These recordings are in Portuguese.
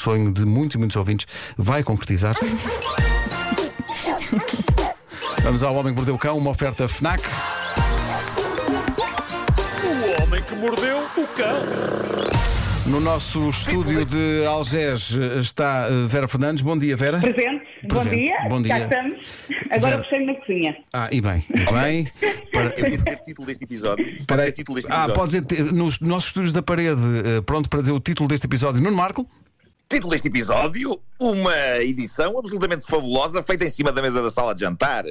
sonho de muitos e muitos ouvintes vai concretizar-se. Vamos ao Homem que Mordeu o Cão, uma oferta FNAC. O Homem que Mordeu o Cão. No nosso estúdio de Algés está Vera Fernandes. Bom dia, Vera. Presente. Bom dia. Cá estamos. Agora puxei na cozinha. E bem. Eu queria dizer o título deste episódio. Pode dizer nos nossos estúdios da parede, pronto para dizer o título deste episódio. Nuno Marco. Título deste episódio: uma edição absolutamente fabulosa feita em cima da mesa da sala de jantar.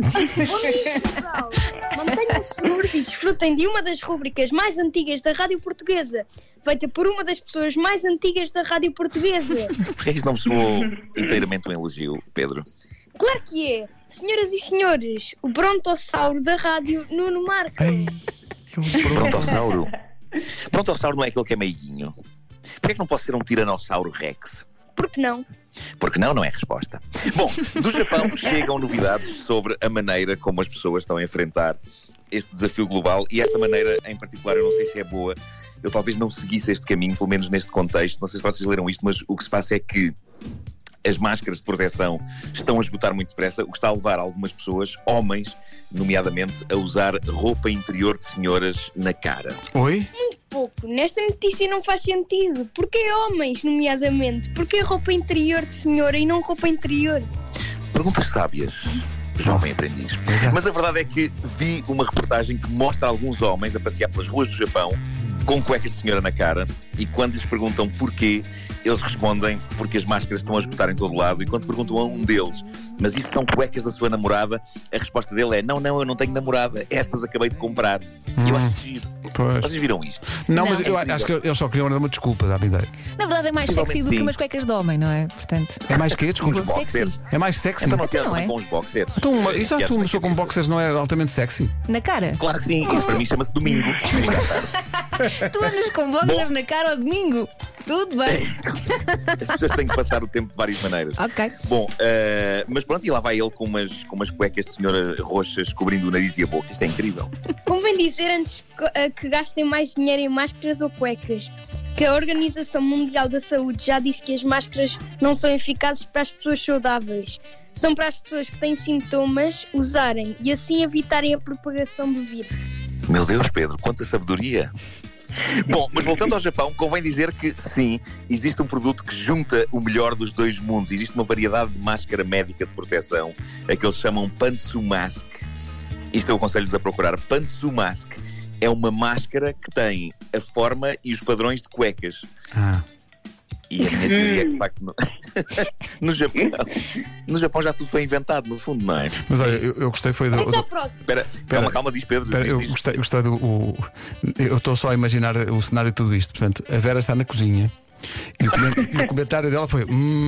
Mantenham-se seguros e desfrutem de uma das rúbricas mais antigas da Rádio Portuguesa, feita por uma das pessoas mais antigas da Rádio Portuguesa. Porque isso não me soou inteiramente um elogio, Pedro? Claro que é. Senhoras e senhores, o brontossauro da rádio, Nuno Marco. Brontossauro? Brontossauro não é aquele que é meiguinho? Porquê que não posso ser um tiranossauro rex? Por que não? Porque não é a resposta. Bom, do Japão chegam novidades sobre a maneira como as pessoas estão a enfrentar este desafio global, e esta maneira em particular eu não sei se é boa. Eu talvez não seguisse este caminho, pelo menos neste contexto. Não sei se vocês leram isto, mas o que se passa é que as máscaras de proteção estão a esgotar muito depressa, o que está a levar algumas pessoas, homens, nomeadamente, a usar roupa interior de senhoras na cara. Oi? Muito pouco. Nesta notícia não faz sentido. Porquê homens, nomeadamente? Porquê roupa interior de senhora e não roupa interior? Perguntas sábias, jovem aprendiz. Mas a verdade é que vi uma reportagem que mostra alguns homens a passear pelas ruas do Japão com cuecas de senhora na cara, e quando lhes perguntam porquê, eles respondem porque as máscaras estão a esgotar em todo lado. E quando perguntam a um deles, mas isso são cuecas da sua namorada, a resposta dele é: não, eu não tenho namorada, estas acabei de comprar. E eu acho giro. Vocês viram isto? Não, mas eu acho que eles só queriam dar uma desculpa, dá-me ideia. Na verdade é mais sexy do que umas cuecas de homem, não é? Portanto, é mais que desculpa? Uns boxers. É mais sexy. Então não se anda com os boxers. Então, uma pessoa com boxers não é altamente sexy? Na cara? Claro que sim, isso para mim chama-se domingo. Tu andas com boxers na cara ao domingo? Tudo bem. As pessoas têm que passar o tempo de várias maneiras. Ok. Bom, mas pronto, e lá vai ele com umas cuecas de senhora roxas cobrindo o nariz e a boca. Isto é incrível. Convém dizer antes que gastem mais dinheiro em máscaras ou cuecas, que a Organização Mundial da Saúde já disse que as máscaras não são eficazes para as pessoas saudáveis. São para as pessoas que têm sintomas usarem e assim evitarem a propagação do vírus. Meu Deus, Pedro, quanta sabedoria! Bom, mas voltando ao Japão, convém dizer que sim, existe um produto que junta o melhor dos dois mundos. Existe uma variedade de máscara médica de proteção, a que eles chamam Pantsu Mask. Isto eu aconselho-vos a procurar. Pantsu Mask é uma máscara que tem a forma e os padrões de cuecas. E a minha teoria é que, de facto, no Japão já tudo foi inventado, no fundo, não é? Mas olha, eu gostei foi do... Vamos ao próximo. Espera, calma, diz Pedro. Eu gostei do... Eu estou só a imaginar o cenário de tudo isto. Portanto, a Vera está na cozinha e o comentário dela foi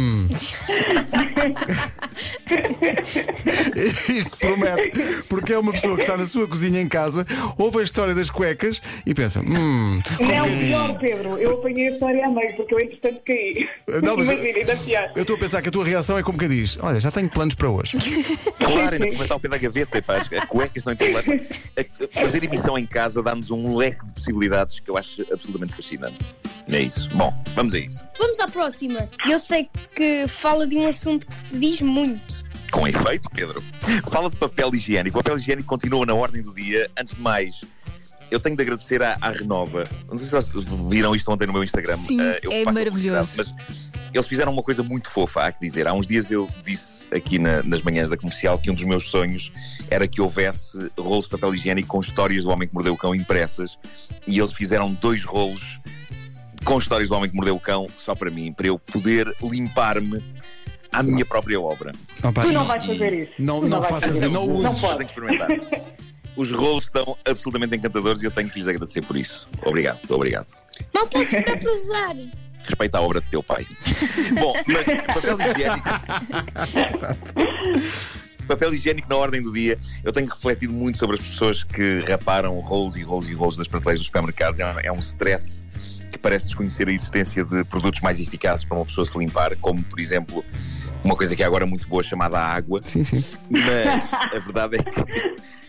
Isto promete, porque é uma pessoa que está na sua cozinha em casa, ouve a história das cuecas e pensa Não, pior, Pedro, eu apanhei a história a meio, porque eu entretanto caí. Imagina, ainda pior. Eu estou a pensar que a tua reação é como que diz: olha, já tenho planos para hoje. Claro, ainda comentar o pé da gaveta, pá, as cuecas não tem problema. Fazer emissão em casa dá-nos um leque de possibilidades que eu acho absolutamente fascinante. É isso. Bom, vamos a isso. Vamos à próxima. Eu sei que fala de um assunto que te diz muito. Com efeito, Pedro. Fala de papel higiênico. O papel higiênico continua na ordem do dia. Antes de mais, eu tenho de agradecer à Renova. Não sei se vocês viram isto ontem no meu Instagram. Sim, é maravilhoso. Mas eles fizeram uma coisa muito fofa, há que dizer. Há uns dias eu disse aqui nas manhãs da Comercial que um dos meus sonhos era que houvesse rolos de papel higiênico com histórias do Homem que Mordeu o Cão impressas. E eles fizeram 2 rolos com histórias do Homem que Mordeu o Cão só para mim, para eu poder limpar-me à minha própria obra. Tu não vais fazer isso. Não faças isso, não uses. Tenho que experimentar. Os rolos estão absolutamente encantadores e eu tenho que lhes agradecer por isso. Obrigado. Não posso esperar para usar. Respeita a obra do teu pai. Bom, mas papel higiênico. Exato. Papel higiênico na ordem do dia. Eu tenho refletido muito sobre as pessoas que raparam rolos e rolos das prateleiras dos supermercados. É um stress que parece desconhecer a existência de produtos mais eficazes para uma pessoa se limpar, como, por exemplo, uma coisa que é agora muito boa chamada água. Sim. Mas a verdade é que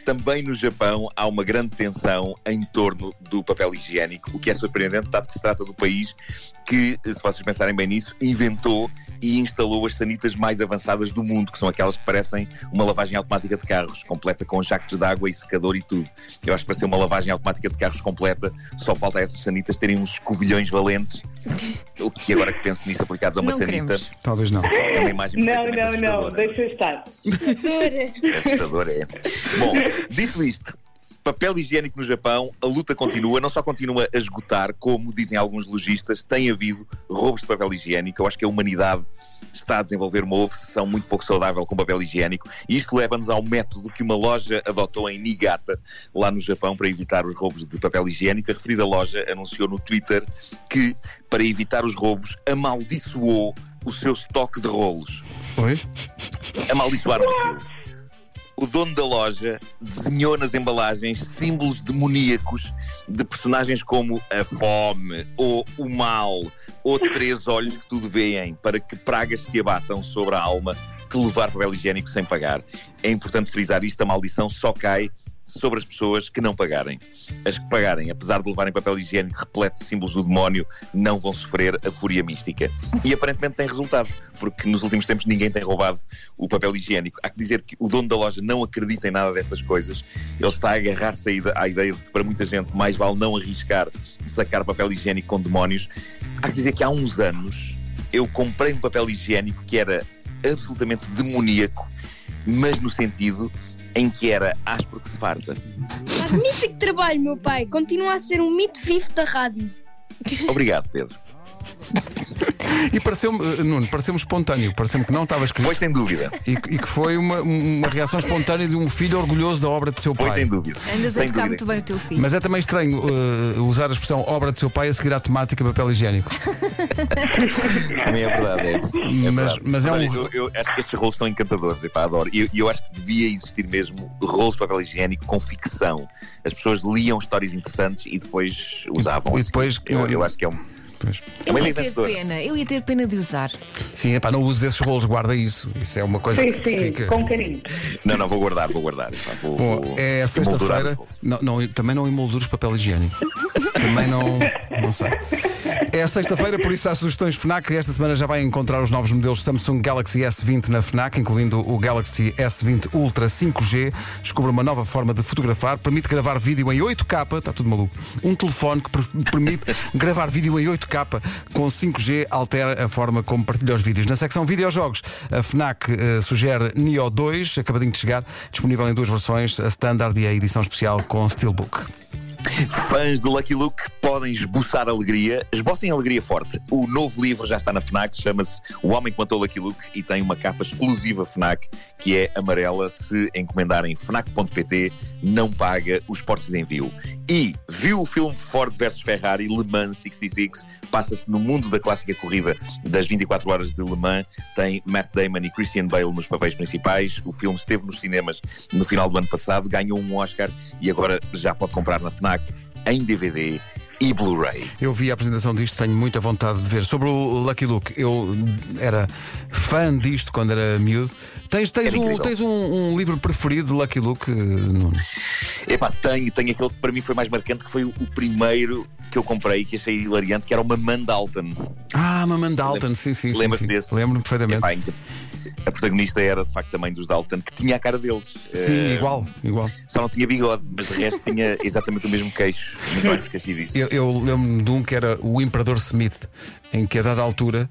também no Japão há uma grande tensão em torno do papel higiênico, o que é surpreendente, dado que se trata do país que, se vocês pensarem bem nisso, inventou e instalou as sanitas mais avançadas do mundo, que são aquelas que parecem uma lavagem automática de carros, completa com jactos de água e secador e tudo. Eu acho que para ser uma lavagem automática de carros completa, só falta a essas sanitas terem uns escovilhões valentes, o que agora que penso nisso aplicados a uma Não sanita... queremos. Talvez não. É uma imagem perfeitamente Não, assustadora. deixa estar. Assustador é. Bom, dito isto, papel higiênico no Japão, a luta continua, não só continua a esgotar, como dizem alguns lojistas, tem havido roubos de papel higiênico. Eu acho que a humanidade está a desenvolver uma obsessão muito pouco saudável com papel higiênico, e isto leva-nos ao método que uma loja adotou em Niigata, lá no Japão, para evitar os roubos de papel higiênico. A referida loja anunciou no Twitter que, para evitar os roubos, amaldiçoou o seu estoque de rolos. Oi? Amaldiçoaram aquilo. O dono da loja desenhou nas embalagens símbolos demoníacos de personagens como a fome, ou o mal, ou 3 olhos que tudo veem, para que pragas se abatam sobre a alma que levar papel higiênico sem pagar. É importante frisar isto, a maldição só cai sobre as pessoas que não pagarem. As que pagarem, apesar de levarem papel higiênico repleto de símbolos do demónio, não vão sofrer a fúria mística. E aparentemente tem resultado, porque nos últimos tempos ninguém tem roubado o papel higiênico. Há que dizer que o dono da loja não acredita em nada destas coisas. Ele está a agarrar-se à ideia de que para muita gente mais vale não arriscar sacar papel higiênico com demónios. Há que dizer que há uns anos eu comprei um papel higiênico que era absolutamente demoníaco, mas no sentido em que era áspero que se farta. Magnífico trabalho, meu pai. Continua a ser um mito vivo da rádio. Obrigado, Pedro. E pareceu-me, Nuno, pareceu-me espontâneo, pareceu-me que não estava escrito. Foi sem dúvida. E que foi uma reação espontânea de um filho orgulhoso da obra de seu Foi pai. sem dúvida. Andas a Sem tocar dúvida. muito bem o teu filho. Mas é também estranho usar a expressão obra de seu pai a seguir à temática papel higiênico. Também é verdade, é. Mas é Olha, um. eu acho que estes rolos são encantadores, epá, adoro. E eu acho que devia existir mesmo rolos de papel higiênico com ficção. As pessoas liam histórias interessantes e depois usavam. E depois- eu acho que é uma Eu ia ideia ter vencedora. pena, eu ia ter pena de usar. Sim, epá, não uses esses rolos, guarda isso. Isso é uma coisa Sim, que sim, fica. com carinho. Não, vou guardar. Epá, Bom, vou é emoldurar sexta-feira. o rolo. Também não emoldures papel higiênico. Também não sei. É sexta-feira, por isso há sugestões FNAC. Esta semana já vai encontrar os novos modelos Samsung Galaxy S20 na FNAC, incluindo o Galaxy S20 Ultra 5G. Descubra uma nova forma de fotografar. Permite gravar vídeo em 8K. Está tudo maluco. Um telefone que permite gravar vídeo em 8K com 5G altera a forma como partilha os vídeos. Na secção videojogos, a FNAC sugere Neo 2, acabadinho de chegar, disponível em 2 versões, a Standard e a edição especial com Steelbook. Fãs de Lucky Luke podem esboçar alegria. Esbocem alegria forte. O novo livro já está na FNAC, chama-se O Homem que Matou Lucky Luke e tem uma capa exclusiva FNAC que é amarela. Se encomendarem fnac.pt, não paga os portos de envio. E viu o filme Ford vs Ferrari Le Mans 66? Passa-se no mundo da clássica corrida das 24 horas de Le Mans. Tem Matt Damon e Christian Bale nos papéis principais. O filme esteve nos cinemas no final do ano passado, ganhou um Oscar e agora já pode comprar na FNAC em DVD e Blu-ray. Eu vi a apresentação disto, tenho muita vontade de ver. Sobre o Lucky Luke, eu era fã disto quando era miúdo. Tens um livro preferido de Lucky Luke, Nuno? Epá, tenho aquele que para mim foi mais marcante, que foi o primeiro que eu comprei, que achei hilariante, que era o Mamãe Dalton. Mamãe Dalton, sim. Lembras-te desse? Lembro-me perfeitamente. Epá, a protagonista era de facto a mãe dos Dalton, que tinha a cara deles. Sim, igual. Só não tinha bigode, mas de resto tinha exatamente o mesmo queixo. Muito mais esqueci disso. Eu lembro-me de um que era o Imperador Smith, em que a dada altura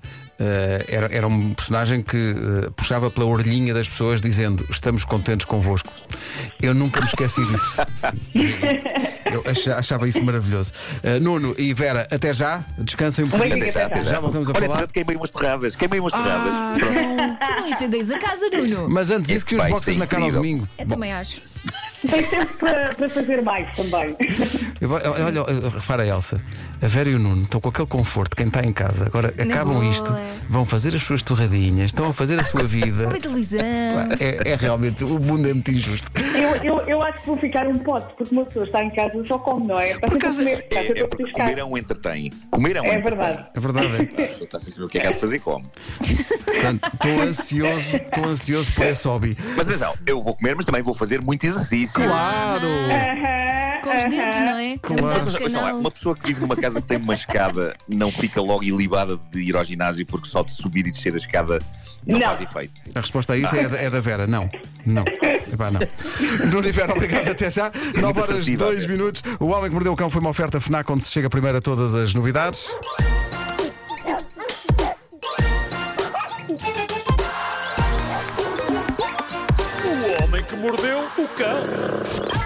era um personagem que puxava pela orelhinha das pessoas dizendo: estamos contentes convosco. Eu nunca me esqueci disso. Eu achava isso maravilhoso. Nuno e Vera, até já. Descansem um bocadinho. Até Já voltamos a Olha, falar. queimei umas torradas. Tu não incendeias a casa, Nuno. Mas antes disso, Esse que os vai boxers ser na cara ao incrível. domingo. Eu também acho. Tem tempo para fazer mais também. Olha, repara, Elsa, a Vera e o Nuno estão com aquele conforto. Quem está em casa agora acabam boa. isto, vão fazer as suas torradinhas, estão a fazer a sua vida. Uma televisão. É realmente, o mundo é muito injusto. Eu acho que vou ficar um pote, porque uma pessoa está em casa só come, não é? Está sempre a comer, está sempre a Porque petiscar. comer é um entretém. Comer é um É entretém. verdade. É verdade, é. A pessoa está sem saber o que é que há de fazer, come. Portanto, estou ansioso por esse hobby. Mas atenção, eu vou comer, mas também vou fazer muito exercício. claríssimo. Claro! Com os dedos, não é? Claro. Mas lá, uma pessoa que vive numa casa que tem uma escada não fica logo ilibada de ir ao ginásio porque só de subir e descer a escada não faz efeito. A resposta a isso é da Vera. Não. Epá, não. Nuno e Vera, obrigado. Até já. 9 horas e 2 minutos. O Homem que Mordeu o Cão foi uma oferta FNAC onde se chega primeiro a todas as novidades. O homem que mordeu o cão.